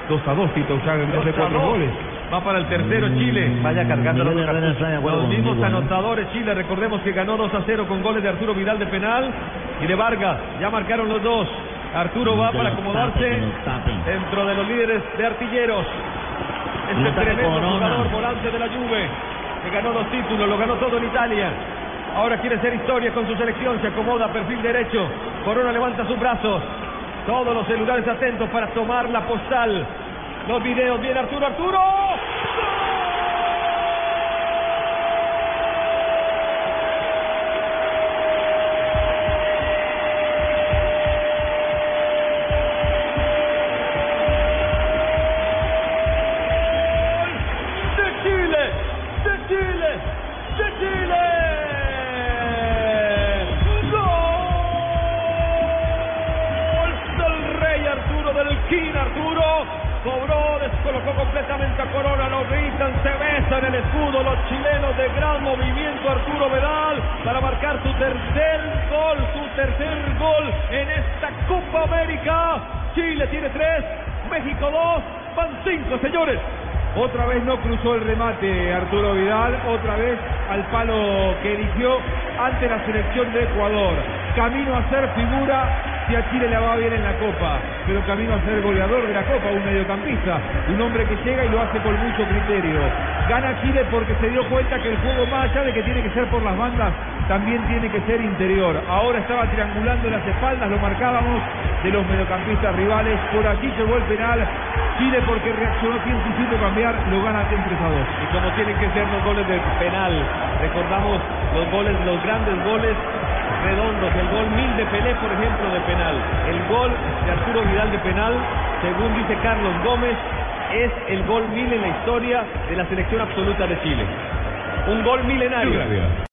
2-2 Tito Ushaga en vez de 4 goles. Va para el tercero Chile. Vaya cargando los mismos anotadores. Chile, recordemos que ganó 2-0 con goles de Arturo Vidal de penal y de Vargas. Ya marcaron los dos. Arturo va para acomodarse dentro de los líderes de artilleros. Este tremendo jugador, volante de la Juve, que ganó 2 títulos, lo ganó todo en Italia. Ahora quiere hacer historia con su selección, se acomoda, perfil derecho. Corona levanta sus brazos. Todos los celulares atentos para tomar la postal. Los videos, viene Arturo. Arturo cobró, descolocó completamente a Corona, lo gritan, se besan el escudo los chilenos, de gran movimiento Arturo Vidal para marcar su tercer gol en esta Copa América. Chile tiene 3, México 2, van 5, señores. Otra vez no cruzó el remate Arturo Vidal, otra vez al palo que eligió ante la selección de Ecuador. Camino a ser figura si a Chile le va bien en la Copa, pero camino a ser goleador de la Copa, un mediocampista, un hombre que llega y lo hace con mucho criterio. Gana Chile porque se dio cuenta que el juego, más allá de que tiene que ser por las bandas, también tiene que ser interior. Ahora estaba triangulando las espaldas, lo marcábamos, de los mediocampistas rivales. Por aquí llegó el penal. Chile, porque reaccionó tiempo y supo cambiar, lo gana 3-2. Y como tienen que ser los goles de penal, recordamos los goles, los grandes goles redondos, el gol 1000 de Pelé, por ejemplo, de penal. El gol de Arturo Vidal de penal, según dice Carlos Gómez, es el gol 1000 en la historia de la selección absoluta de Chile. Un gol milenario.